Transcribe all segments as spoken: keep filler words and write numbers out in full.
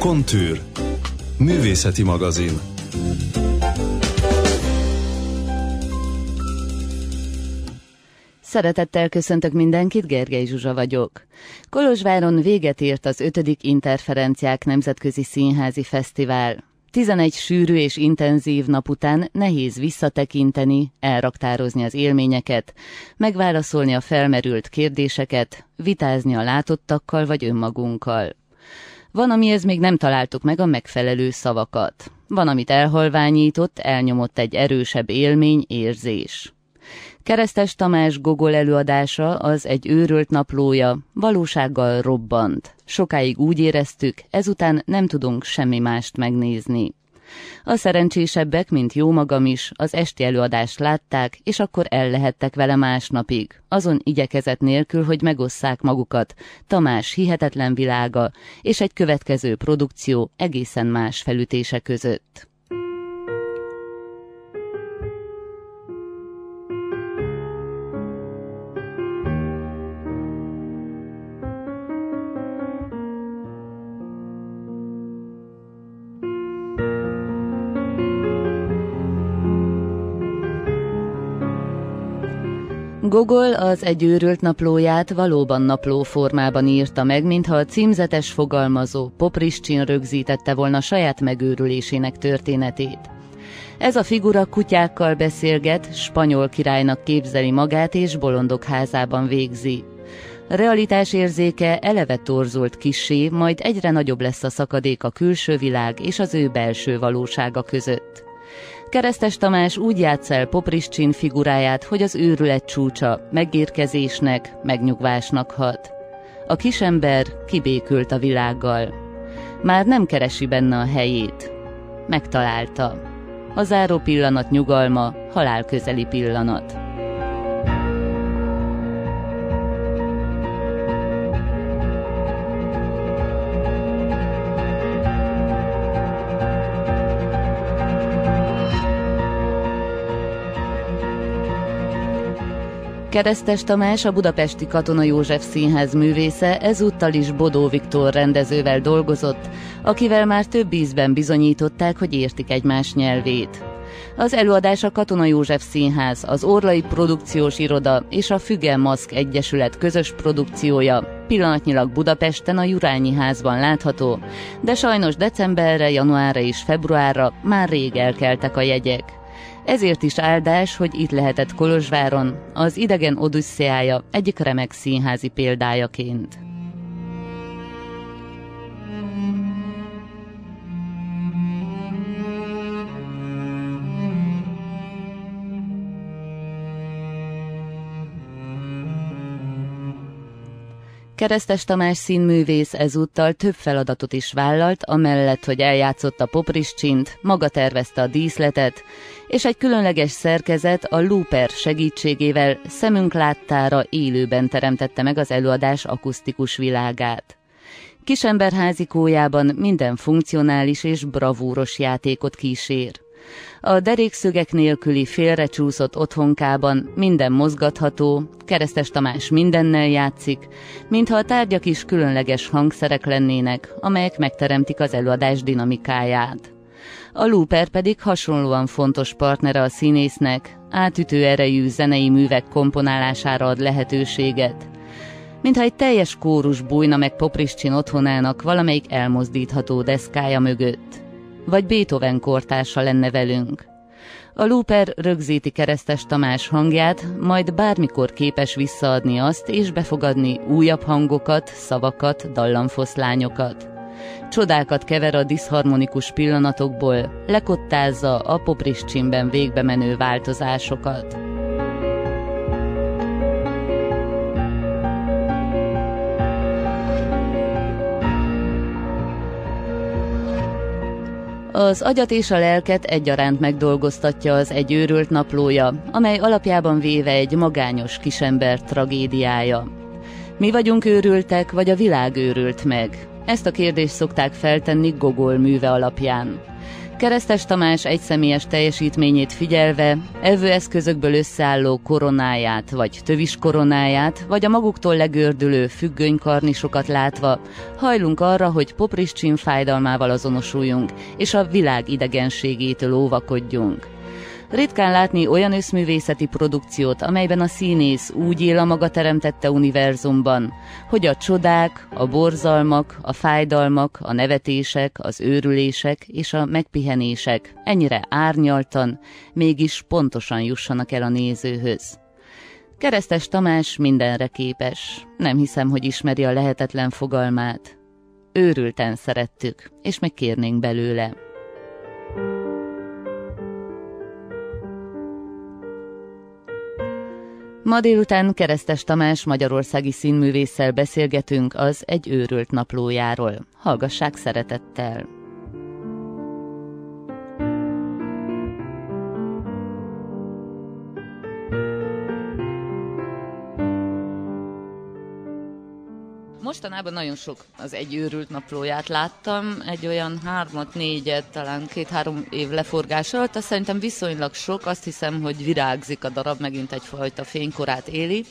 Kontűr. Művészeti magazin. Szeretettel köszöntök mindenkit, Gergely Zsuzsa vagyok. Kolozsváron véget ért az ötödik Interferenciák Nemzetközi Színházi Fesztivál. tizenegy sűrű és intenzív nap után nehéz visszatekinteni, elraktározni az élményeket, megválaszolni a felmerült kérdéseket, vitázni a látottakkal vagy önmagunkkal. Van, amihez még nem találtuk meg a megfelelő szavakat. Van, amit elhalványított, elnyomott egy erősebb élmény, érzés. Keresztes Tamás Gogol előadása, az Egy őrült naplója, valósággal robbant. Sokáig úgy éreztük, ezután nem tudunk semmi mást megnézni. A szerencsésebbek, mint jó magam is, az esti előadást látták, és akkor ellehettek vele másnapig, azon igyekezet nélkül, hogy megosszák magukat, Tamás hihetetlen világa, és egy következő produkció egészen más felütése között. Gogol az Egy őrült naplóját valóban napló formában írta meg, mintha a címzetes fogalmazó Popriscsin rögzítette volna saját megőrülésének történetét. Ez a figura kutyákkal beszélget, spanyol királynak képzeli magát és bolondok házában végzi. Realitásérzéke eleve torzult kissé, majd egyre nagyobb lesz a szakadék a külső világ és az ő belső valósága között. Keresztes Tamás úgy játsz el Popriscsin figuráját, hogy az őrület csúcsa megérkezésnek, megnyugvásnak hat. A kisember kibékült a világgal. Már nem keresi benne a helyét. Megtalálta. A záró pillanat nyugalma, halálközeli pillanat. Keresztes Tamás, a budapesti Katona József Színház művésze, ezúttal is Bodó Viktor rendezővel dolgozott, akivel már több ízben bizonyították, hogy értik egymás nyelvét. Az előadás a Katona József Színház, az Orlai Produkciós Iroda és a Füge Maszk Egyesület közös produkciója, pillanatnyilag Budapesten a Jurányi Házban látható, de sajnos decemberre, januárra és februárra már rég elkeltek a jegyek. Ezért is áldás, hogy itt lehetett Kolozsváron, az Idegen Odüsszéája egyik remek színházi példájaként. Keresztes Tamás színművész ezúttal több feladatot is vállalt, amellett, hogy eljátszotta Popriscsint, maga tervezte a díszletet, és egy különleges szerkezet, a Looper segítségével szemünk láttára élőben teremtette meg az előadás akusztikus világát. Kisemberházikójában minden funkcionális és bravúros játékot kísér. A derékszögek nélküli félrecsúszott otthonkában minden mozgatható, Keresztes Tamás mindennel játszik, mintha a tárgyak is különleges hangszerek lennének, amelyek megteremtik az előadás dinamikáját. A Looper pedig hasonlóan fontos partnere a színésznek, átütő erejű zenei művek komponálására ad lehetőséget. Mintha egy teljes kórus bújna meg Popriscsin otthonának valamelyik elmozdítható deszkája mögött. Vagy Beethoven kortársa lenne velünk. A Looper rögzíti Keresztes Tamás hangját, majd bármikor képes visszaadni azt és befogadni újabb hangokat, szavakat, dallamfoszlányokat. Csodákat kever a diszharmonikus pillanatokból, lekottázza a Popriscsinben végbe menő változásokat. Az agyat és a lelket egyaránt megdolgoztatja az Egy őrült naplója, amely alapjában véve egy magányos kisember tragédiája. Mi vagyunk őrültek, vagy a világ őrült meg? Ezt a kérdést szokták feltenni Gogol műve alapján. Keresztes Tamás egyszemélyes teljesítményét figyelve, evőeszközökből összeálló koronáját, vagy tövis koronáját, vagy a maguktól legördülő függönykarnisokat látva, hajlunk arra, hogy popriscsin fájdalmával azonosuljunk, és a világ idegenségétől óvakodjunk. Ritkán látni olyan összművészeti produkciót, amelyben a színész úgy él a maga teremtette univerzumban, hogy a csodák, a borzalmak, a fájdalmak, a nevetések, az őrülések és a megpihenések ennyire árnyaltan, mégis pontosan jussanak el a nézőhöz. Keresztes Tamás mindenre képes, nem hiszem, hogy ismeri a lehetetlen fogalmát. Őrülten szerettük, és megkérnénk belőle. Ma délután Keresztes Tamás magyarországi színművésszel beszélgetünk az Egy őrült naplójáról. Hallgassák szeretettel! Mostanában nagyon sok az Egy őrült naplóját láttam, egy olyan hármat, négyet, talán két-három év leforgás alatt, azt szerintem viszonylag sok, azt hiszem, hogy virágzik a darab, megint egyfajta fénykorát éli.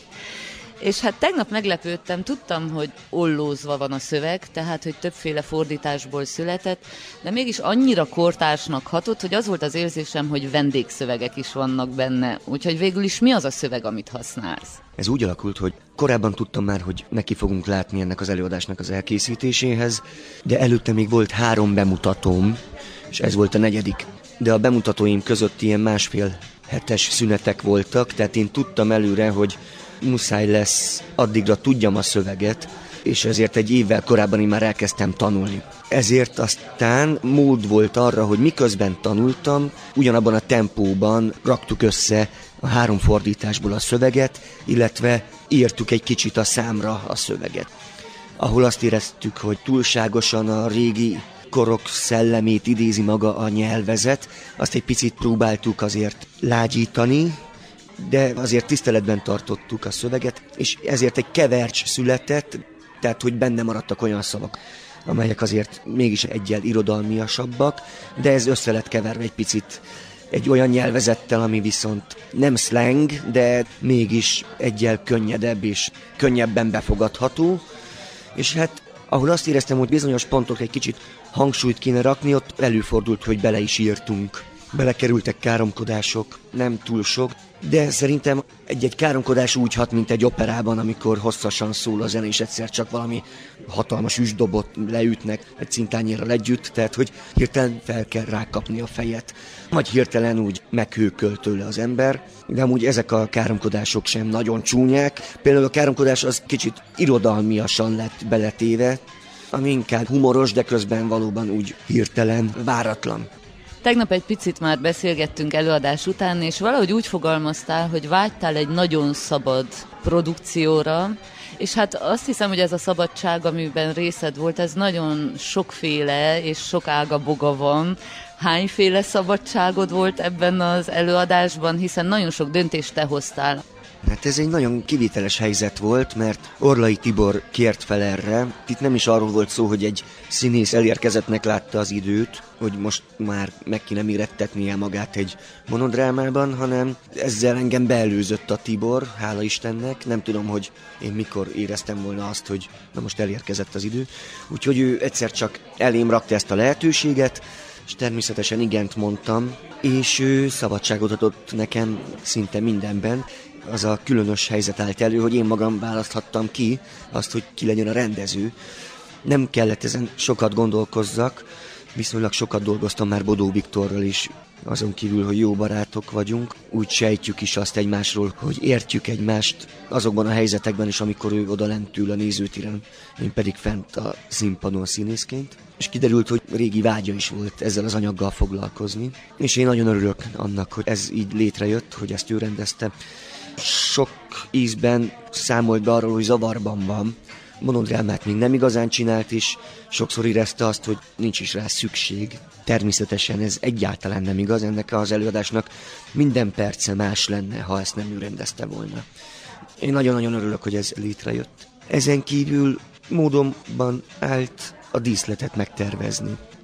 És hát tegnap meglepődtem, tudtam, hogy ollózva van a szöveg, tehát, hogy többféle fordításból született, de mégis annyira kortársnak hatott, hogy az volt az érzésem, hogy vendégszövegek is vannak benne. Úgyhogy végül is mi az a szöveg, amit használsz? Ez úgy alakult, hogy korábban tudtam már, hogy neki fogunk látni ennek az előadásnak az elkészítéséhez, de előtte még volt három bemutatóm, és ez volt a negyedik. De a bemutatóim között ilyen másfél hetes szünetek voltak, tehát én tudtam előre, hogy muszáj lesz addigra tudjam a szöveget, és ezért egy évvel korábban én már elkezdtem tanulni. Ezért aztán mód volt arra, hogy miközben tanultam, ugyanabban a tempóban raktuk össze a három fordításból a szöveget, illetve írtuk egy kicsit a számra a szöveget. Ahol azt éreztük, hogy túlságosan a régi korok szellemét idézi maga a nyelvezet, azt egy picit próbáltuk azért lágyítani, de azért tiszteletben tartottuk a szöveget, és ezért egy kevercs született, tehát hogy benne maradtak olyan szavak, amelyek azért mégis egyel irodalmiasabbak, de ez össze lett keverve egy picit egy olyan nyelvezettel, ami viszont nem slang, de mégis egyel könnyedebb és könnyebben befogadható, és hát ahol azt éreztem, hogy bizonyos pontok egy kicsit hangsúlyt kéne rakni, ott előfordult, hogy bele is írtunk. Belekerültek káromkodások, nem túl sok, de szerintem egy-egy káromkodás úgy hat, mint egy operában, amikor hosszasan szól a zene, és egyszer csak valami hatalmas üsdobot leütnek egy cintányérral együtt, tehát hogy hirtelen fel kell rákapni a fejet, vagy hirtelen úgy meghőköl tőle az ember, de amúgy ezek a káromkodások sem nagyon csúnyák. Például a káromkodás az kicsit irodalmiasan lett beletéve, ami inkább humoros, de közben valóban úgy hirtelen, váratlan. Tegnap egy picit már beszélgettünk előadás után, és valahogy úgy fogalmaztál, hogy vágytál egy nagyon szabad produkcióra, és hát azt hiszem, hogy ez a szabadság, amiben részed volt, ez nagyon sokféle és sok ága boga van. Hányféle szabadságod volt ebben az előadásban, hiszen nagyon sok döntést te hoztál? Hát ez egy nagyon kivételes helyzet volt, mert Orlai Tibor kért fel erre. Itt nem is arról volt szó, hogy egy színész elérkezettnek látta az időt, hogy most már meg kéne mérettetnie magát egy monodrámában, hanem ezzel engem beelőzött a Tibor, hála Istennek. Nem tudom, hogy én mikor éreztem volna azt, hogy na most elérkezett az idő. Úgyhogy ő egyszer csak elém rakta ezt a lehetőséget, és természetesen igent mondtam, és ő szabadságot adott nekem szinte mindenben. Az a különös helyzet állt elő, hogy én magam választhattam ki azt, hogy ki legyen a rendező. Nem kellett ezen sokat gondolkozzak, viszonylag sokat dolgoztam már Bodó Viktorral is, azon kívül, hogy jó barátok vagyunk, úgy sejtjük is azt egymásról, hogy értjük egymást azokban a helyzetekben is, amikor ő oda lent ül a nézőtéren, én pedig fent a színpadon színészként. És kiderült, hogy régi vágya is volt ezzel az anyaggal foglalkozni, és én nagyon örülök annak, hogy ez így létrejött, hogy ezt ő rendezte. Sok ízben számolt be arról, hogy zavarban van. Monodrámát még nem igazán csinált, és sokszor érezte azt, hogy nincs is rá szükség. Természetesen ez egyáltalán nem igaz, ennek az előadásnak minden perce más lenne, ha ezt nem ő rendezte volna. Én nagyon-nagyon örülök, hogy ez létrejött. Ezen kívül módonban állt a díszletet megtervezni.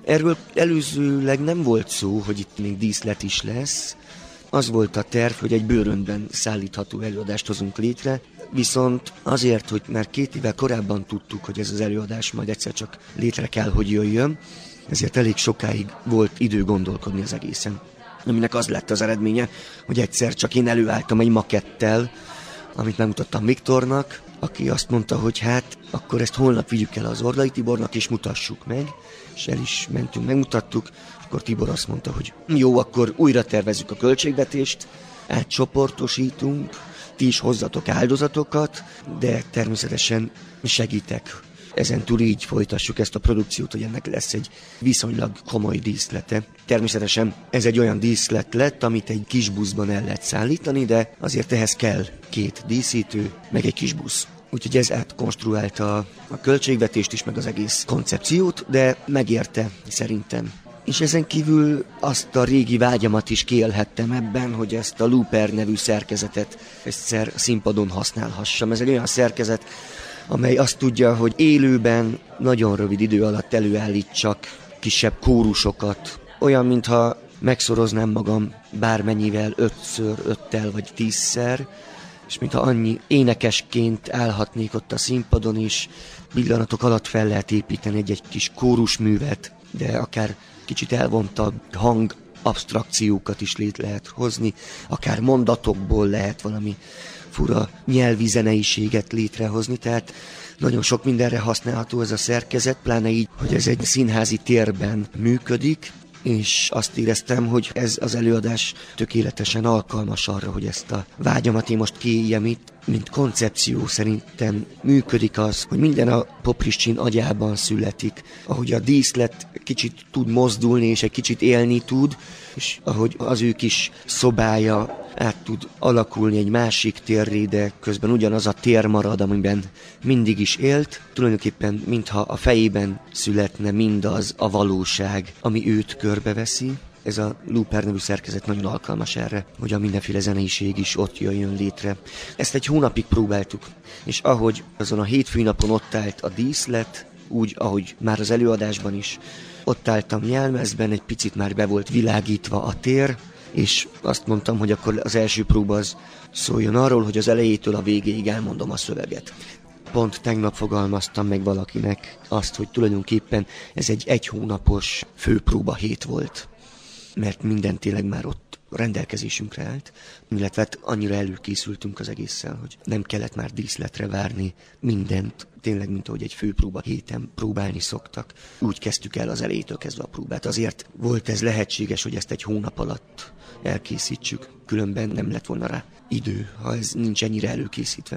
Erről előzőleg nem volt szó, hogy itt még díszlet is lesz. Az volt a terv, hogy egy bőröndben szállítható előadást hozunk létre, viszont azért, hogy már két évvel korábban tudtuk, hogy ez az előadás majd egyszer csak létre kell, hogy jöjjön, ezért elég sokáig volt idő gondolkodni az egészen. Aminek az lett az eredménye, hogy egyszer csak én előálltam egy makettel, amit megmutattam Viktornak, aki azt mondta, hogy hát akkor ezt holnap vigyük el az Orlai Tibornak és mutassuk meg, és el is mentünk, megmutattuk, és akkor Tibor azt mondta, hogy jó, akkor újra tervezzük a költségvetést, átcsoportosítunk, ti is hozzatok áldozatokat, de természetesen segítek. Ezen túl így folytassuk ezt a produkciót, hogy ennek lesz egy viszonylag komoly díszlete. Természetesen ez egy olyan díszlet lett, amit egy kis buszban el lehet szállítani, de azért ehhez kell két díszítő, meg egy kis busz. Úgyhogy ez átkonstruálta a költségvetést is, meg az egész koncepciót, de megérte szerintem. És ezen kívül azt a régi vágyamat is kiélhettem ebben, hogy ezt a Looper nevű szerkezetet egyszer színpadon használhassam. Ez egy olyan szerkezet, amely azt tudja, hogy élőben nagyon rövid idő alatt előállítsak kisebb kórusokat. Olyan, mintha megszoroznám magam bármennyivel, ötször, öttel vagy tízszer, és mintha annyi énekesként állhatnék ott a színpadon is, pillanatok alatt fel lehet építeni egy-egy kis kórusművet, de akár kicsit elvontabb hang absztrakciókat is létre lehet hozni, akár mondatokból lehet valami fura nyelvi zeneiséget létrehozni, tehát nagyon sok mindenre használható ez a szerkezet, pláne így, hogy ez egy színházi térben működik, és azt éreztem, hogy ez az előadás tökéletesen alkalmas arra, hogy ezt a vágyamat én most kiéljem itt, mint koncepció szerintem működik az, hogy minden a Popricsin agyában születik, ahogy a díszlet kicsit tud mozdulni, és egy kicsit élni tud, és ahogy az ő kis szobája át tud alakulni egy másik térré, de közben ugyanaz a tér marad, amiben mindig is élt, tulajdonképpen mintha a fejében születne mindaz a valóság, ami őt körbeveszi. Ez a Looper nevű szerkezet nagyon alkalmas erre, hogy a mindenféle zeneiség is ott jöjjön létre. Ezt egy hónapig próbáltuk, és ahogy azon a hétfői napon ott állt a díszlet, úgy, ahogy már az előadásban is, ott álltam jelmezben, egy picit már be volt világítva a tér, és azt mondtam, hogy akkor az első próba az szóljon arról, hogy az elejétől a végéig elmondom a szöveget. Pont tegnap fogalmaztam meg valakinek azt, hogy tulajdonképpen ez egy egy hónapos főpróba hét volt, mert minden tényleg már ott rendelkezésünkre állt, illetve hát annyira előkészültünk az egésszel, hogy nem kellett már díszletre várni mindent, tényleg, mint ahogy egy főpróba héten próbálni szoktak. Úgy kezdtük el az elejétől kezdve a próbát. Azért volt ez lehetséges, hogy ezt egy hónap alatt elkészítsük, különben nem lett volna rá idő, ha ez nincs ennyire előkészítve.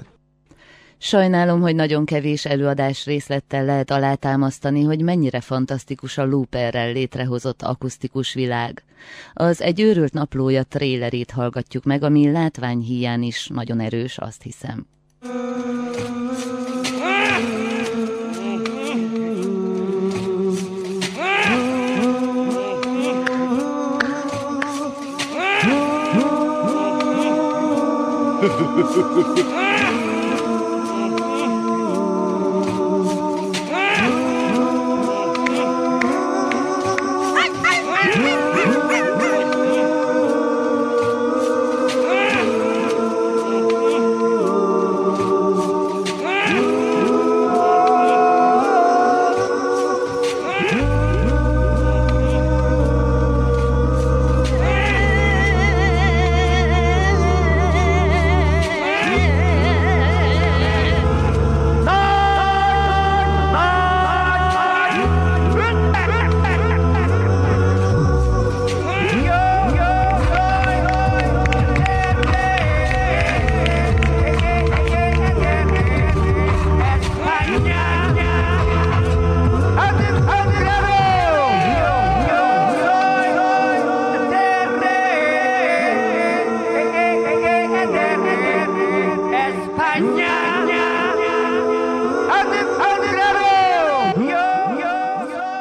Sajnálom, hogy nagyon kevés előadás részlettel lehet alátámasztani, hogy mennyire fantasztikus a Looperrel létrehozott akusztikus világ. Az Egy őrült naplója trélerét hallgatjuk meg, ami látványhíján is nagyon erős, azt hiszem. Yeah.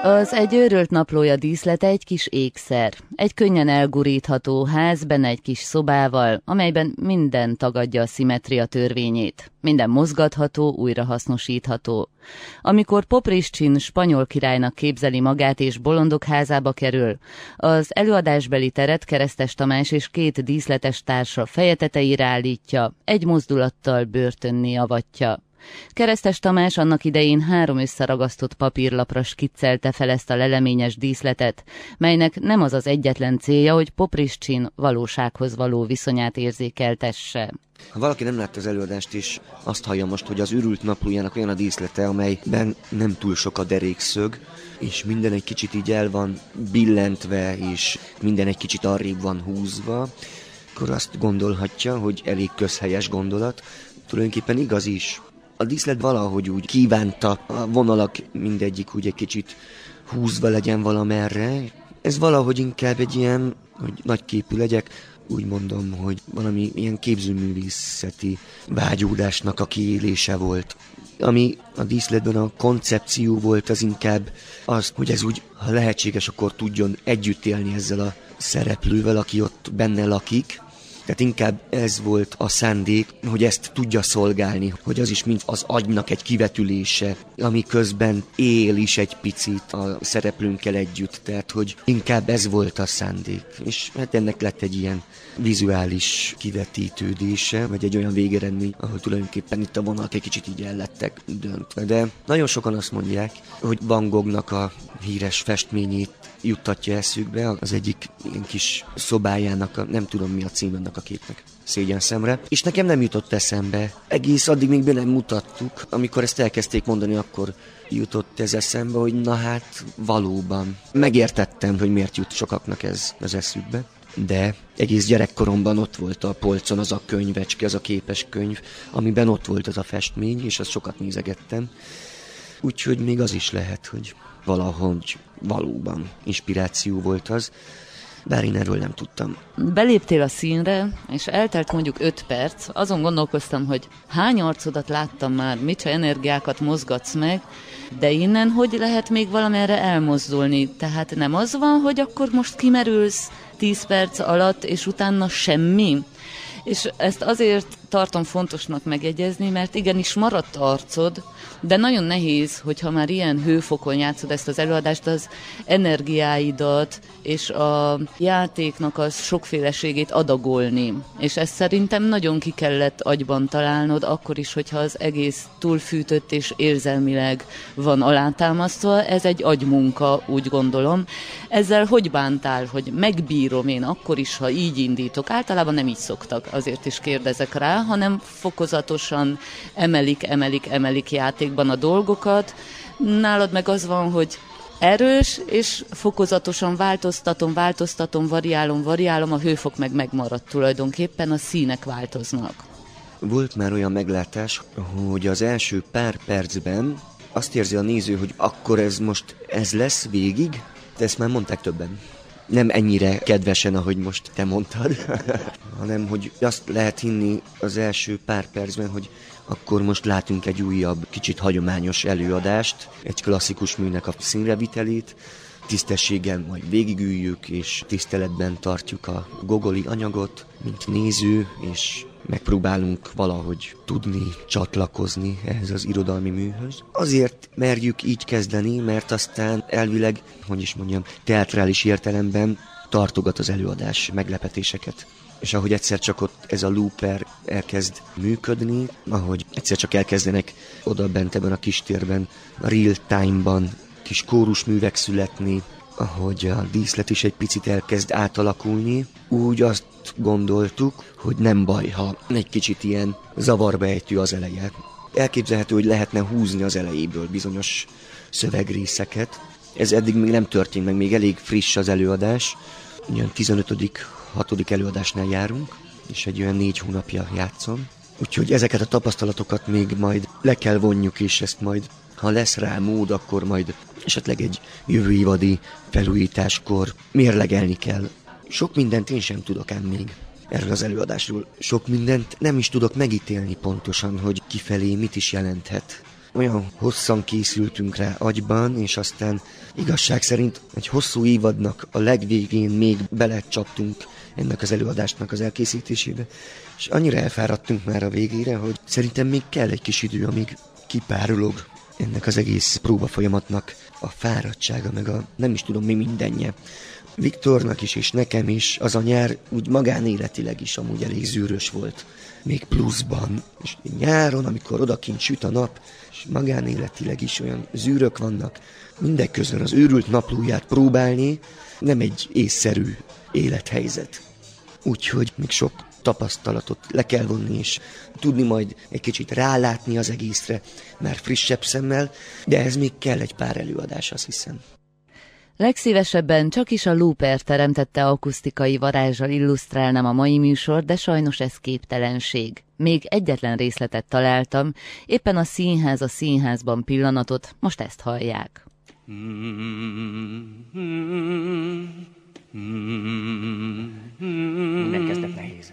Az Egy őrölt naplója díszlete egy kis ékszer. Egy könnyen elgurítható ház benne egy kis szobával, amelyben minden tagadja a szimmetria törvényét. Minden mozgatható, újrahasznosítható. Amikor Popriscsin spanyol királynak képzeli magát és bolondok házába kerül, az előadásbeli teret Keresztes Tamás és két díszletes társa feje tetejére állítja, egy mozdulattal börtönné avatja. Keresztes Tamás annak idején három összeragasztott papírlapra skiccelte fel ezt a leleményes díszletet, melynek nem az az egyetlen célja, hogy Popriscsin valósághoz való viszonyát érzékeltesse. Ha valaki nem látta az előadást is, azt hallja most, hogy az őrült naplójának olyan a díszlete, amelyben nem túl sok a derékszög, és minden egy kicsit így el van billentve, és minden egy kicsit arrébb van húzva, akkor azt gondolhatja, hogy elég közhelyes gondolat, tulajdonképpen igaz is. A díszlet valahogy úgy kívánta, a vonalak mindegyik úgy egy kicsit húzva legyen valamerre. Ez valahogy inkább egy ilyen, hogy nagyképű legyek, úgy mondom, hogy valami ilyen képzőművészeti vágyódásnak a kiélése volt. Ami a díszletben a koncepció volt, az inkább az, hogy ez úgy, ha lehetséges, akkor tudjon együtt élni ezzel a szereplővel, aki ott benne lakik. Tehát inkább ez volt a szándék, hogy ezt tudja szolgálni, hogy az is mint az agynak egy kivetülése, ami közben él is egy picit a szereplőnkkel együtt, tehát hogy inkább ez volt a szándék. És hát ennek lett egy ilyen vizuális kivetítődése, vagy egy olyan végeredmény, ahol tulajdonképpen itt a vonalak egy kicsit így el lettek döntve. De nagyon sokan azt mondják, hogy Van Goghnak a híres festményét juttatja eszükbe, az egyik ilyen kis szobájának, a, nem tudom mi a cím ennek a képnek, szégyen szemre. És nekem nem jutott eszembe. Egész addig még be nem mutattuk. Amikor ezt elkezdték mondani, akkor jutott ez eszembe, hogy na hát valóban. Megértettem, hogy miért jut sokaknak ez az eszükbe. De egész gyerekkoromban ott volt a polcon az a könyvecske, az a képes könyv, amiben ott volt az a festmény, és azt sokat nézegettem. Úgyhogy még az is lehet, hogy valahogy valóban inspiráció volt az, bár én erről nem tudtam. Beléptél a színre, és eltelt mondjuk öt perc, azon gondolkoztam, hogy hány arcodat láttam már, micsoda energiákat mozgatsz meg, de innen hogy lehet még valamerre elmozdulni? Tehát nem az van, hogy akkor most kimerülsz tíz perc alatt, és utána semmi? És ezt azért tartom fontosnak megjegyezni, mert igenis maradt arcod, de nagyon nehéz, hogyha már ilyen hőfokon játszod ezt az előadást, az energiáidat és a játéknak az sokféleségét adagolni. És ezt szerintem nagyon ki kellett agyban találnod, akkor is, hogyha az egész túlfűtött és érzelmileg van alátámasztva. Ez egy agymunka, úgy gondolom. Ezzel hogy bántál, hogy megbírom én akkor is, ha így indítok? Általában nem így szoktak, azért is kérdezek rá, hanem fokozatosan emelik, emelik, emelik játékban a dolgokat. Nálad meg az van, hogy erős, és fokozatosan változtatom, változtatom, variálom, variálom, a hőfok meg megmaradt tulajdonképpen, a színek változnak. Volt már olyan meglátás, hogy az első pár percben azt érzi a néző, hogy akkor ez most ez lesz végig, de ezt már mondták többen. Nem ennyire kedvesen, ahogy most te mondtad, hanem hogy azt lehet hinni az első pár percben, hogy akkor most látunk egy újabb, kicsit hagyományos előadást, egy klasszikus műnek a színrevitelét, tisztességgel majd végigüljük, és tiszteletben tartjuk a gogoli anyagot, mint néző, és megpróbálunk valahogy tudni csatlakozni ehhez az irodalmi műhöz. Azért merjük így kezdeni, mert aztán elvileg, hogy is mondjam, teátrális értelemben tartogat az előadás meglepetéseket. És ahogy egyszer csak ott ez a looper elkezd működni, ahogy egyszer csak elkezdenek oda bent ebben a kistérben, a real time-ban kis kórusművek születni, ahogy a díszlet is egy picit elkezd átalakulni, úgy azt gondoltuk, hogy nem baj, ha egy kicsit ilyen zavarba ejtő az eleje. Elképzelhető, hogy lehetne húzni az elejéből bizonyos szövegrészeket. Ez eddig még nem történt meg, még elég friss az előadás. Ugyan tizenötödik hatodik előadásnál járunk, és egy olyan négy hónapja játszom. Úgyhogy ezeket a tapasztalatokat még majd le kell vonjuk, és ezt majd, ha lesz rá mód, akkor majd esetleg egy jövő évadi felújításkor mérlegelni kell. Sok mindent én sem tudok ám még erről az előadásról. Sok mindent nem is tudok megítélni pontosan, hogy kifelé mit is jelenthet. olyan hosszan készültünk rá agyban, és aztán igazság szerint egy hosszú évadnak a legvégén még belecsaptunk ennek az előadásnak az elkészítésébe, és annyira elfáradtunk már a végére, hogy szerintem még kell egy kis idő, amíg kipárolog ennek az egész próbafolyamatnak a fáradtsága, meg a nem is tudom mi mindenje. Viktornak is, és nekem is az a nyár úgy magánéletileg is amúgy elég zűrös volt. Még pluszban. És nyáron, amikor odakint süt a nap, és magánéletileg is olyan zűrök vannak, mindeközben az őrült naplóját próbálni nem egy észszerű élethelyzet. Úgyhogy még sok tapasztalatot le kell vonni, és tudni majd egy kicsit rálátni az egészre, már frissebb szemmel, de ez még kell egy pár előadás, azt hiszem. Legszívesebben csak is a Looper teremtette akusztikai varázsal illusztrálnám a mai műsor, de sajnos ez képtelenség. Még egyetlen részletet találtam, éppen a Színház a színházban pillanatot, most ezt hallják. Minden kezdet nehéz.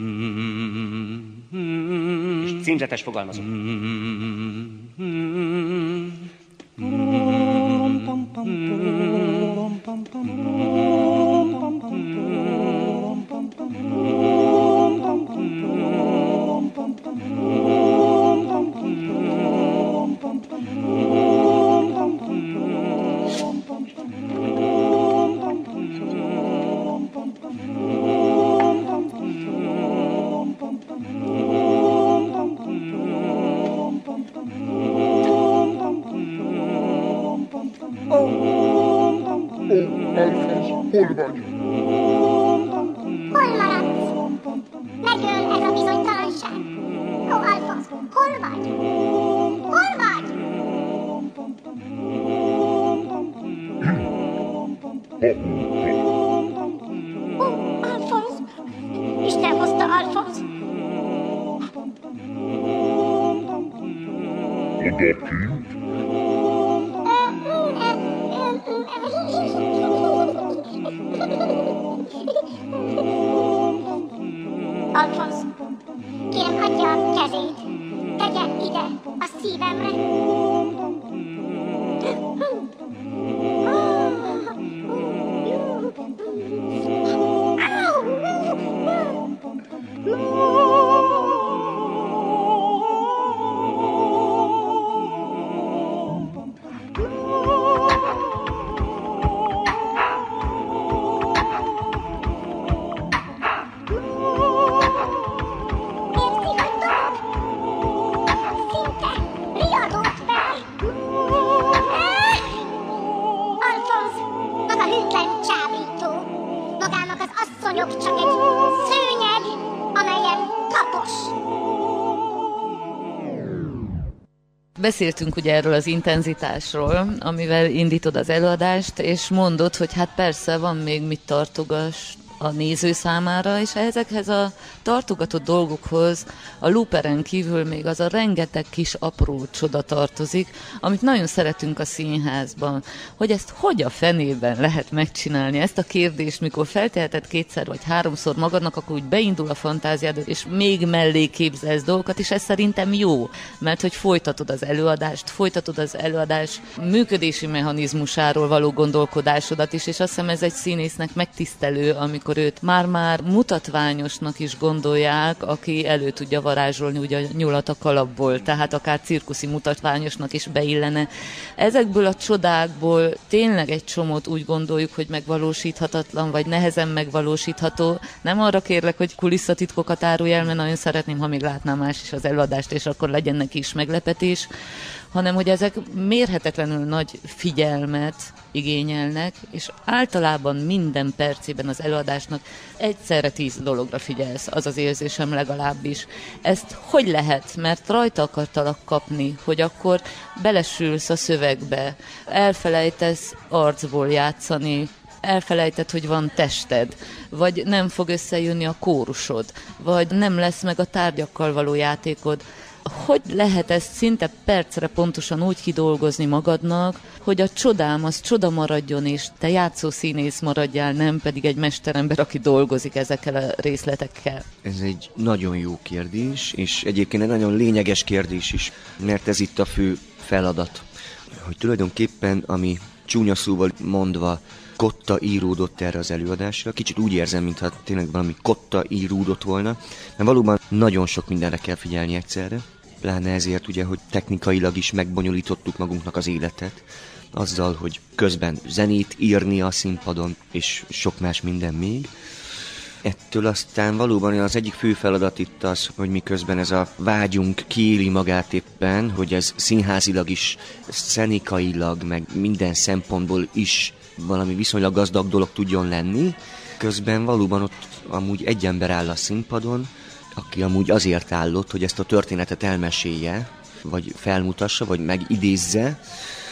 És címzetes fogalmazó. Hol vagy? Hol maradsz? Megöl ez a bizonytalanság. Ó, Alfonz, hol vagy? Hol vagy? Ó, Alfonz! Isten hozta Alfonz! Odakint? Alfonz, kérem, adja a kezét. Tegye ide, a szívemre. Beszéltünk ugye erről az intenzitásról, amivel indítod az előadást, és mondod, hogy hát persze van még mit tartogass a néző számára, és ezekhez a tartogatott dolgokhoz a Looperen kívül még az a rengeteg kis apró csoda tartozik, amit nagyon szeretünk a színházban. Hogy ezt hogy a fenében lehet megcsinálni? Ezt a kérdést, mikor felteheted kétszer vagy háromszor magadnak, akkor úgy beindul a fantáziád, és még mellé képzelsz dolgokat, és ez szerintem jó, mert hogy folytatod az előadást, folytatod az előadás működési mechanizmusáról való gondolkodásodat is, és azt hiszem ez egy színésznek megtisztelő, amikor őt már-már mutatványosnak is gondolják, aki elő tudja varázsolni ugye a nyulat a kalapból, tehát akár cirkuszi mutatványosnak is beillene. Ezekből a csodákból tényleg egy csomót úgy gondoljuk, hogy megvalósíthatatlan, vagy nehezen megvalósítható. Nem arra kérlek, hogy kulisszatitkokat árulj el, mert nagyon szeretném, ha még látnám más is az előadást, és akkor legyen neki is meglepetés, hanem hogy ezek mérhetetlenül nagy figyelmet igényelnek, és általában minden percében az előadásnak egyszerre tíz dologra figyelsz, az az érzésem legalábbis. Ezt hogy lehet? Mert rajta akartalak kapni, hogy akkor belesülsz a szövegbe, elfelejtesz arcból játszani, elfelejted, hogy van tested, vagy nem fog összejönni a kórusod, vagy nem lesz meg a tárgyakkal való játékod. hogy lehet ezt szinte percre pontosan úgy kidolgozni magadnak, hogy a csodám az csoda maradjon, és te játszószínész maradjál, nem pedig egy mesterember, aki dolgozik ezekkel a részletekkel? Ez egy nagyon jó kérdés, és egyébként egy nagyon lényeges kérdés is, mert ez itt a fő feladat. Hogy tulajdonképpen, ami csúnya szóval mondva, kotta íródott erre az előadásra. Kicsit úgy érzem, mintha tényleg valami kotta íródott volna, mert valóban nagyon sok mindenre kell figyelni egyszerre. Pláne ezért ugye, hogy technikailag is megbonyolítottuk magunknak az életet, azzal, hogy közben zenét írni a színpadon, és sok más minden még. Ettől aztán valóban az egyik fő feladat itt az, hogy miközben ez a vágyunk kiéli magát éppen, hogy ez színházilag is, szenikailag, meg minden szempontból is valami viszonylag gazdag dolog tudjon lenni, közben valóban ott amúgy egy ember áll a színpadon, aki amúgy azért állott, hogy ezt a történetet elmesélje, vagy felmutassa, vagy megidézze.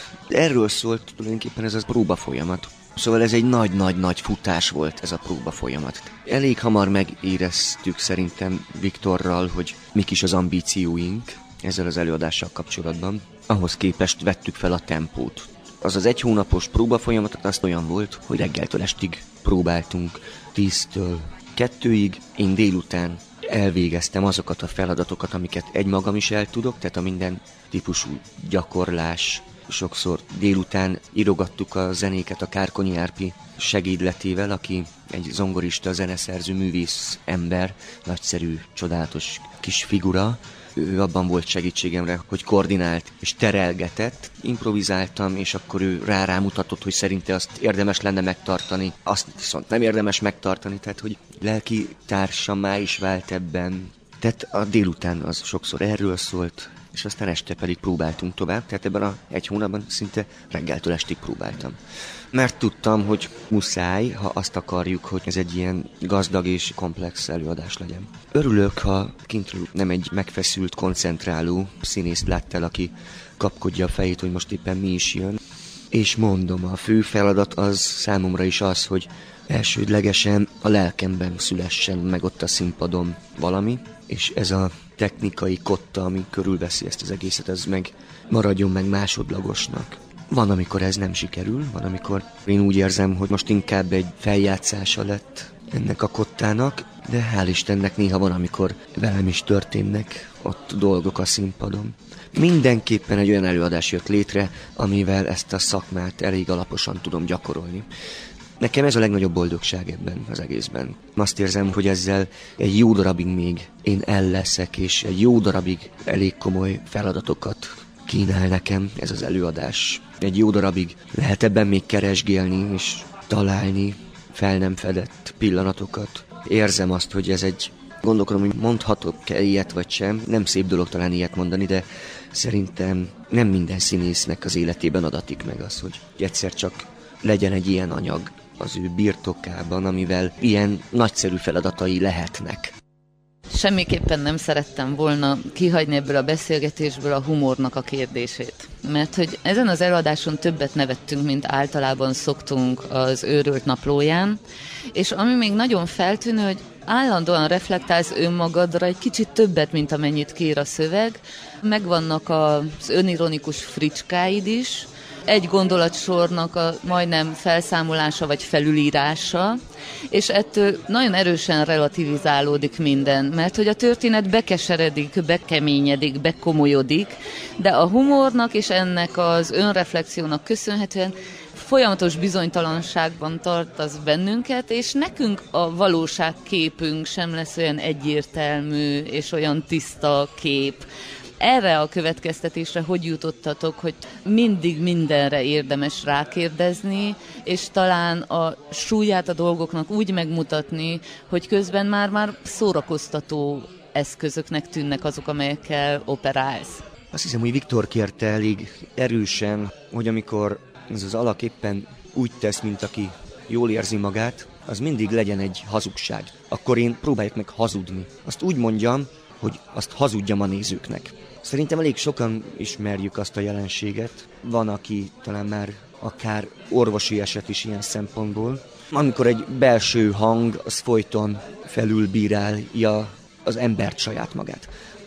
Erről szólt tulajdonképpen ez a próbafolyamat. Szóval ez egy nagy-nagy-nagy futás volt, ez a próbafolyamat. Elég hamar megéreztük szerintem Viktorral, hogy mik is az ambícióink ezzel az előadással kapcsolatban. Ahhoz képest vettük fel a tempót. Az az egy hónapos próbafolyamat az olyan volt, hogy reggeltől estig próbáltunk, tíztől kettőig, én délután elvégeztem azokat a feladatokat, amiket egymagam is el tudok, tehát a minden típusú gyakorlás. Sokszor délután írogattuk a zenéket a Kárkonyi Árpi segédletével, aki egy zongorista, zeneszerző, művész ember, nagyszerű, csodálatos kis figura. Ő abban volt segítségemre, hogy koordinált és terelgetett. Improvizáltam, és akkor ő rá rámutatott, hogy szerinte azt érdemes lenne megtartani, azt viszont nem érdemes megtartani, tehát hogy lelki társammá is vált ebben. Tehát a délután az sokszor erről szólt, és aztán este pedig próbáltunk tovább, tehát ebben a egy hónapban szinte reggeltől estig próbáltam. Mert tudtam, hogy muszáj, ha azt akarjuk, hogy ez egy ilyen gazdag és komplex előadás legyen. Örülök, ha kintről nem egy megfeszült, koncentráló színészt láttel, aki kapkodja a fejét, hogy most éppen mi is jön. És mondom, a fő feladat az számomra is az, hogy elsődlegesen a lelkemben szülessen meg ott a színpadon valami, és ez a technikai kotta, ami körülveszi ezt az egészet, ez meg maradjon meg másodlagosnak. Van, amikor ez nem sikerül, van, amikor én úgy érzem, hogy most inkább egy feljátszása lett ennek a kottának, de hál' Istennek néha van, amikor velem is történnek ott dolgok a színpadon. Mindenképpen egy olyan előadás jött létre, amivel ezt a szakmát elég alaposan tudom gyakorolni. Nekem ez a legnagyobb boldogság ebben az egészben. Azt érzem, hogy ezzel egy jó darabig még én el leszek, és egy jó darabig elég komoly feladatokat kínál nekem ez az előadás. Egy jó darabig lehet ebben még keresgélni és találni fel nem fedett pillanatokat. Érzem azt, hogy ez egy, gondolkodom, hogy mondhatok-e ilyet vagy sem. Nem szép dolog talán ilyet mondani, de szerintem nem minden színésznek az életében adatik meg az, hogy egyszer csak legyen egy ilyen anyag az ő birtokában, amivel ilyen nagyszerű feladatai lehetnek. Semmiképpen nem szerettem volna kihagyni ebből a beszélgetésből a humornak a kérdését. Mert hogy ezen az előadáson többet nevettünk, mint általában szoktunk az Őrült naplóján, és ami még nagyon feltűnő, hogy állandóan reflektálsz önmagadra egy kicsit többet, mint amennyit kér a szöveg. Megvannak az önironikus fricskáid is, egy gondolatsornak a majdnem felszámolása vagy felülírása, és ettől nagyon erősen relativizálódik minden, mert hogy a történet bekeseredik, bekeményedik, bekomolyodik, de a humornak és ennek az önreflexiónak köszönhetően folyamatos bizonytalanságban tart az bennünket, és nekünk a valóságképünk sem lesz olyan egyértelmű és olyan tiszta kép. Erre a következtetésre hogy jutottatok, hogy mindig mindenre érdemes rákérdezni, és talán a súlyát a dolgoknak úgy megmutatni, hogy közben már-már szórakoztató eszközöknek tűnnek azok, amelyekkel operálsz? Azt hiszem, hogy Viktor kérte elég erősen, hogy amikor ez az alak éppen úgy tesz, mint aki jól érzi magát, az mindig legyen egy hazugság. Akkor én próbáljuk meg hazudni. Azt úgy mondjam, hogy azt hazudjam a nézőknek. Szerintem elég sokan ismerjük azt a jelenséget. Van, aki talán már akár orvosi eset is ilyen szempontból. Amikor egy belső hang az folyton felülbírálja az embert, saját magát.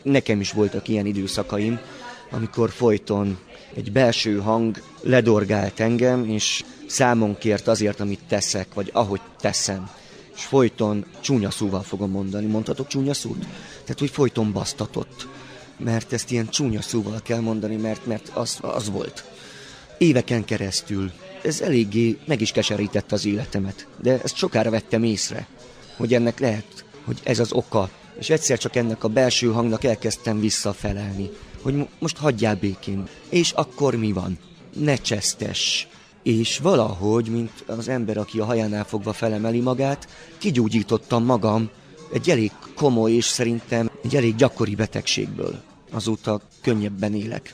Nekem is voltak ilyen időszakaim, amikor folyton egy belső hang ledorgált engem, és számon kért azért, amit teszek, vagy ahogy teszem. És folyton csúnya szóval fogom mondani. Mondhatok csúnya szót? Tehát, hogy folyton basztatott. Mert ezt ilyen csúnya szóval kell mondani, mert, mert az, az volt. Éveken keresztül. Ez eléggé meg is keserítette az életemet. De ezt sokára vettem észre, hogy ennek lehet, hogy ez az oka. És egyszer csak ennek a belső hangnak elkezdtem visszafelelni, hogy most hagyjál békén. És akkor mi van? Ne csesztess. És valahogy, mint az ember, aki a hajánál fogva felemeli magát, kigyógyítottam magam egy elég komoly és szerintem egy elég gyakori betegségből. Azóta könnyebben élek.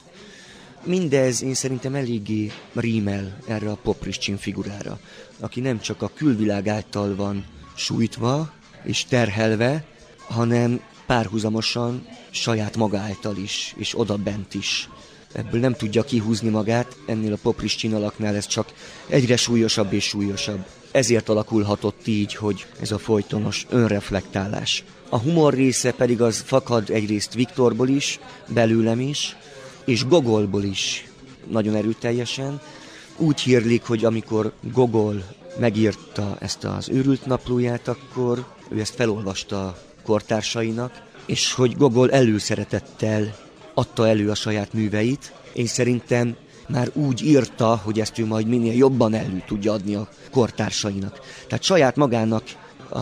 Mindez én szerintem eléggé rímel erre a Poprisscsin figurára, aki nem csak a külvilág által van sújtva és terhelve, hanem párhuzamosan saját maga által is, és odabent is. Ebből nem tudja kihúzni magát, ennél a Poprisscsin alaknál ez csak egyre súlyosabb és súlyosabb. Ezért alakulhatott így, hogy ez a folytonos önreflektálás. A humor része pedig az fakad egyrészt Viktorból is, belőlem is, és Gogolból is nagyon erőteljesen. Úgy hírlik, hogy amikor Gogol megírta ezt az Őrült naplóját, akkor ő ezt felolvasta a kortársainak, és hogy Gogol előszeretettel adta elő a saját műveit. Én szerintem már úgy írta, hogy ezt ő majd minél jobban elő tudja adni a kortársainak. Tehát saját magának a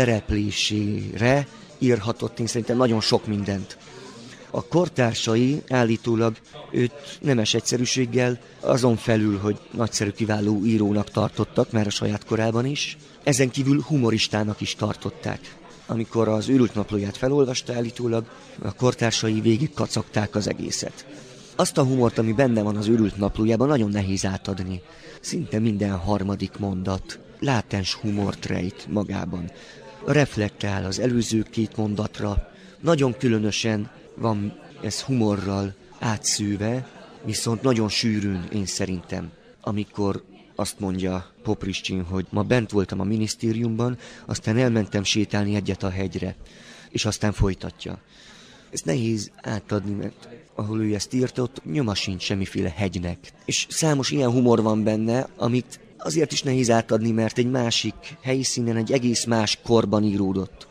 szereplésére írhatott én szerintem nagyon sok mindent. A kortársai állítólag őt nemes egyszerűséggel azon felül, hogy nagyszerű kiváló írónak tartottak, már a saját korában is, ezen kívül humoristának is tartották. Amikor az Őrült naplóját felolvasta, állítólag a kortársai végig kacagták az egészet. Azt a humort, ami benne van az Őrült naplójában, nagyon nehéz átadni. Szinte minden harmadik mondat látens humort rejt magában. Reflektál az előző két mondatra, nagyon különösen van ez humorral átszűve, viszont nagyon sűrűn, én szerintem, amikor azt mondja Poprisscsin, hogy ma bent voltam a minisztériumban, aztán elmentem sétálni egyet a hegyre, és aztán folytatja. Ez nehéz átadni, mert ahol ő ezt írta, ott nyoma sincs semmiféle hegynek. És számos ilyen humor van benne, amit azért is nehéz átadni, mert egy másik helyszínen, egy egész más korban íródott.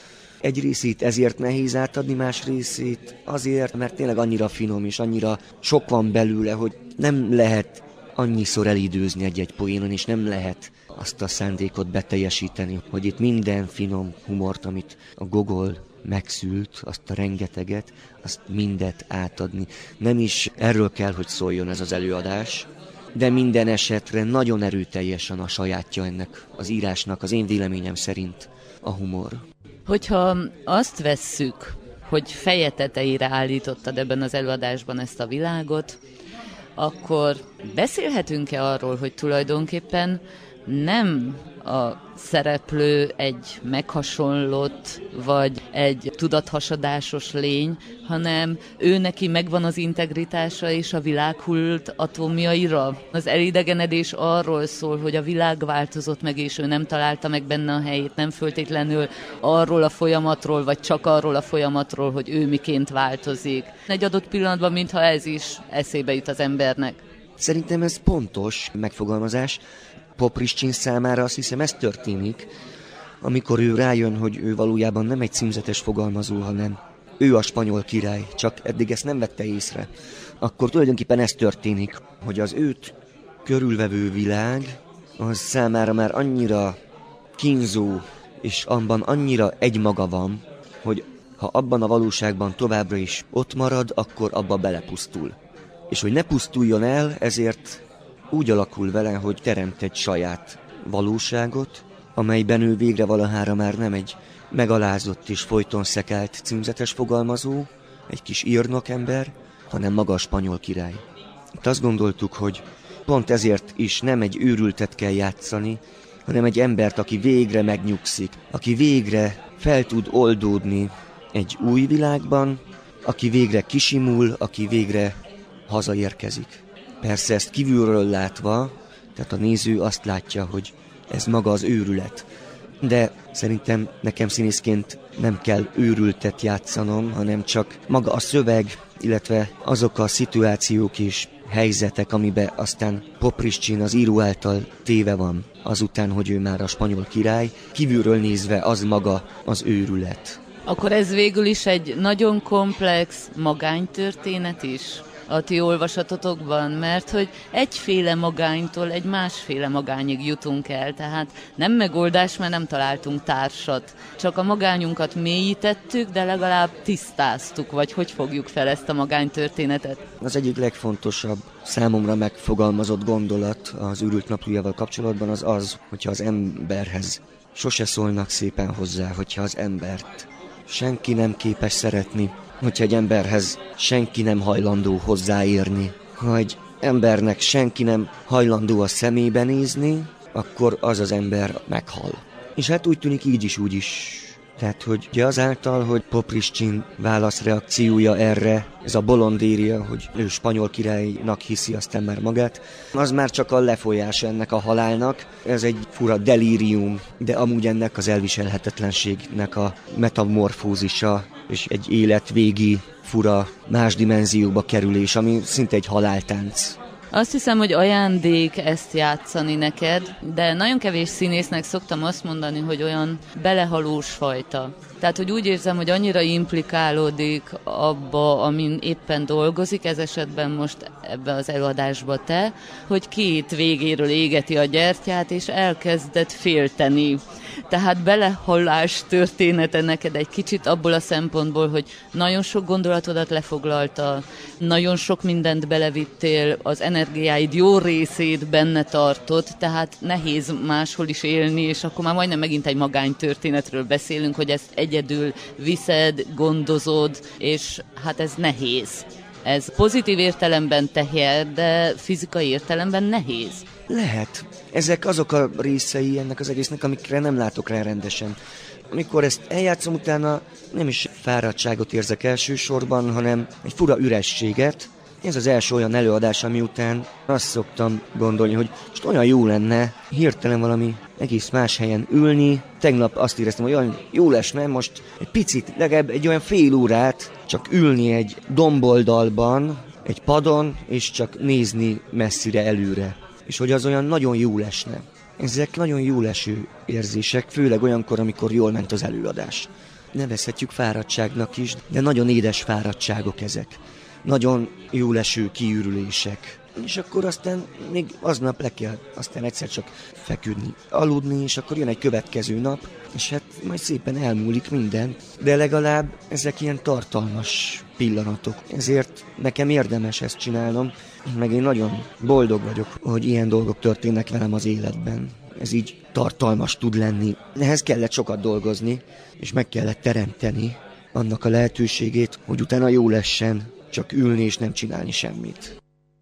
Egy részét ezért nehéz átadni, más részét azért, mert tényleg annyira finom és annyira sok van belőle, hogy nem lehet annyiszor elidőzni egy-egy poénon, és nem lehet azt a szándékot beteljesíteni, hogy itt minden finom humort, amit a Gogol megszült, azt a rengeteget, azt mindet átadni. Nem is erről kell, hogy szóljon ez az előadás, de minden esetre nagyon erőteljesen a sajátja ennek az írásnak, az én véleményem szerint a humor. Hogyha azt vesszük, hogy feje tetejére állítottad ebben az előadásban ezt a világot, akkor beszélhetünk-e arról, hogy tulajdonképpen nem a szereplő egy meghasonlott, vagy egy tudathasadásos lény, hanem ő neki megvan az integritása és a világ hullott atomjaira. Az elidegenedés arról szól, hogy a világ változott meg, és ő nem találta meg benne a helyét, nem föltétlenül arról a folyamatról, vagy csak arról a folyamatról, hogy ő miként változik. Egy adott pillanatban, mintha ez is eszébe jut az embernek. Szerintem ez pontos megfogalmazás. Poprisscsin számára azt hiszem ez történik, amikor ő rájön, hogy ő valójában nem egy címzetes fogalmazó, hanem ő a spanyol király, csak eddig ezt nem vette észre. Akkor tulajdonképpen ez történik, hogy az őt körülvevő világ az számára már annyira kínzó, és abban annyira egymaga van, hogy ha abban a valóságban továbbra is ott marad, akkor abba belepusztul. És hogy ne pusztuljon el, ezért úgy alakul vele, hogy teremt egy saját valóságot, amelyben ő végre valahára már nem egy megalázott és folyton szekelt címzetes fogalmazó, egy kis írnokember, hanem maga a spanyol király. Itt azt gondoltuk, hogy pont ezért is nem egy őrültet kell játszani, hanem egy embert, aki végre megnyugszik, aki végre fel tud oldódni egy új világban, aki végre kisimul, aki végre hazaérkezik. Persze ezt kívülről látva, tehát a néző azt látja, hogy ez maga az őrület. de szerintem nekem színészként nem kell őrültet játszanom, hanem csak maga a szöveg, illetve azok a szituációk és helyzetek, amiben aztán Poprisscsin az író által téve van, azután, hogy ő már a spanyol király, kívülről nézve az maga az őrület. Akkor ez végül is egy nagyon komplex magánytörténet is a ti olvasatotokban, mert hogy egyféle magánytól egy másféle magányig jutunk el, tehát nem megoldás, mert nem találtunk társat. Csak a magányunkat mélyítettük, de legalább tisztáztuk, vagy hogy fogjuk fel ezt a magánytörténetet. Az egyik legfontosabb számomra megfogalmazott gondolat az Őrült naplójával kapcsolatban az az, hogyha az emberhez sose szólnak szépen hozzá, hogyha az embert senki nem képes szeretni, hogyha egy emberhez senki nem hajlandó hozzáérni, ha egy embernek senki nem hajlandó a szemébe nézni, akkor az az ember meghal. És hát úgy tűnik így is, úgy is. Tehát, hogy ugye azáltal, hogy Poprisscsin válaszreakciója erre, ez a bolondéria, hogy ő spanyol királynak hiszi aztán már magát, az már csak a lefolyása ennek a halálnak, ez egy fura delírium, de amúgy ennek az elviselhetetlenségnek a metamorfózisa, és egy életvégi fura más dimenzióba kerülés, ami szinte egy haláltánc. Azt hiszem, hogy ajándék ezt játszani neked, de nagyon kevés színésznek szoktam azt mondani, hogy olyan belehalós fajta. Tehát, hogy úgy érzem, hogy annyira implikálódik abba, amin éppen dolgozik, ez esetben most ebbe az előadásba te, hogy két végéről égeti a gyertyát, és elkezdett félteni. Tehát belehallás története neked egy kicsit abból a szempontból, hogy nagyon sok gondolatodat lefoglalta, nagyon sok mindent belevittél, az energiáid jó részét benne tartott, tehát nehéz máshol is élni, és akkor már majdnem megint egy magánytörténetről beszélünk, hogy ezt egyedül viszed, gondozod, és hát ez nehéz. Ez pozitív értelemben teher, de fizikai értelemben nehéz. Lehet. Ezek azok a részei ennek az egésznek, amikre nem látok rá rendesen. Amikor ezt eljátszom, utána nem is fáradtságot érzek elsősorban, hanem egy fura ürességet. Ez az első olyan előadás, ami után azt szoktam gondolni, hogy most olyan jó lenne hirtelen valami egész más helyen ülni. Tegnap azt éreztem, hogy olyan jó lesne most egy picit, legalább egy olyan fél órát csak ülni egy domboldalban, egy padon, és csak nézni messzire előre. És hogy az olyan nagyon jó lesne. Ezek nagyon jó leső érzések, főleg olyankor, amikor jól ment az előadás. Nevezhetjük fáradtságnak is, de nagyon édes fáradtságok ezek. Nagyon jó leső kiürülések. És akkor aztán még aznap le kell aztán egyszer csak feküdni, aludni, és akkor jön egy következő nap, és hát majd szépen elmúlik minden, de legalább ezek ilyen tartalmas pillanatok. Ezért nekem érdemes ezt csinálnom, meg én nagyon boldog vagyok, hogy ilyen dolgok történnek velem az életben. Ez így tartalmas tud lenni. Ehhez kellett sokat dolgozni, és meg kellett teremteni annak a lehetőségét, hogy utána jó lessen, csak ülni és nem csinálni semmit.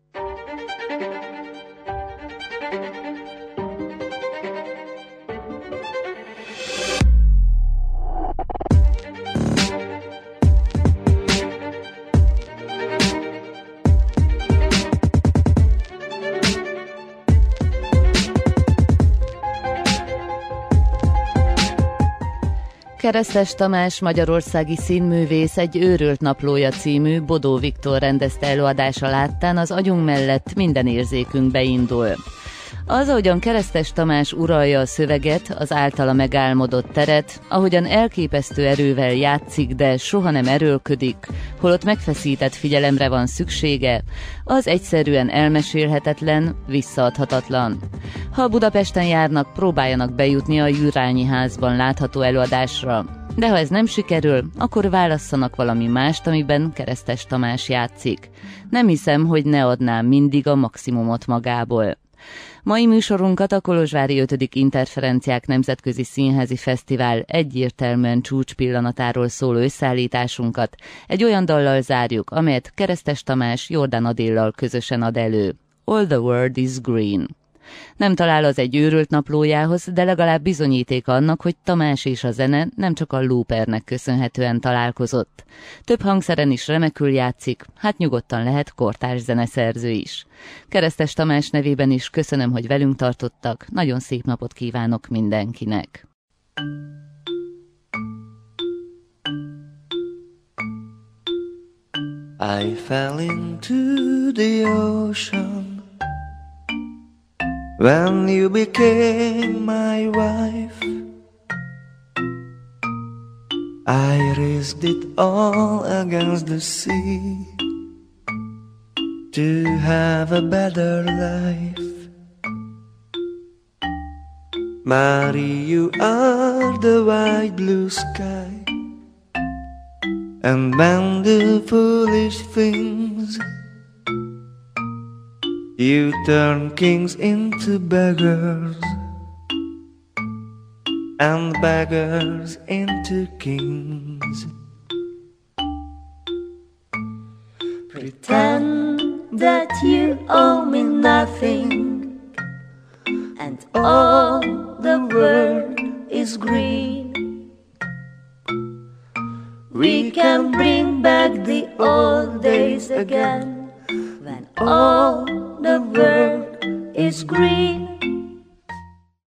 Keresztes Tamás magyarországi színművész egy Őrült naplója című Bodó Viktor rendezte előadása láttán az agyunk mellett minden érzékünk beindul. Az, ahogyan Keresztes Tamás uralja a szöveget, az általa megálmodott teret, ahogyan elképesztő erővel játszik, de soha nem erőlködik, holott megfeszített figyelemre van szüksége, az egyszerűen elmesélhetetlen, visszaadhatatlan. Ha Budapesten járnak, próbáljanak bejutni a Jurányi házban látható előadásra, de ha ez nem sikerül, akkor válasszanak valami mást, amiben Keresztes Tamás játszik. Nem hiszem, hogy ne adnám mindig a maximumot magából. Mai műsorunkat a kolozsvári ötödik Interferenciák Nemzetközi Színházi Fesztivál egyértelműen csúcspillanatáról szóló összeállításunkat egy olyan dallal zárjuk, amelyet Keresztes Tamás Jordán Adéllal közösen ad elő. All the world is green. Nem talál az egy őrült naplójához, de legalább bizonyíték annak, hogy Tamás és a zene nem csak a loopernek köszönhetően találkozott. Több hangszeren is remekül játszik, hát nyugodtan lehet kortárs zeneszerző is. Keresztes Tamás nevében is köszönöm, hogy velünk tartottak, nagyon szép napot kívánok mindenkinek. I fell into the ocean when you became my wife. I risked it all against the sea to have a better life. Mary, you are the white blue sky, and man the foolish things. You turn kings into beggars, and beggars into kings. Pretend that you owe me nothing, and all the world is green. We can bring back the old days again, when all the world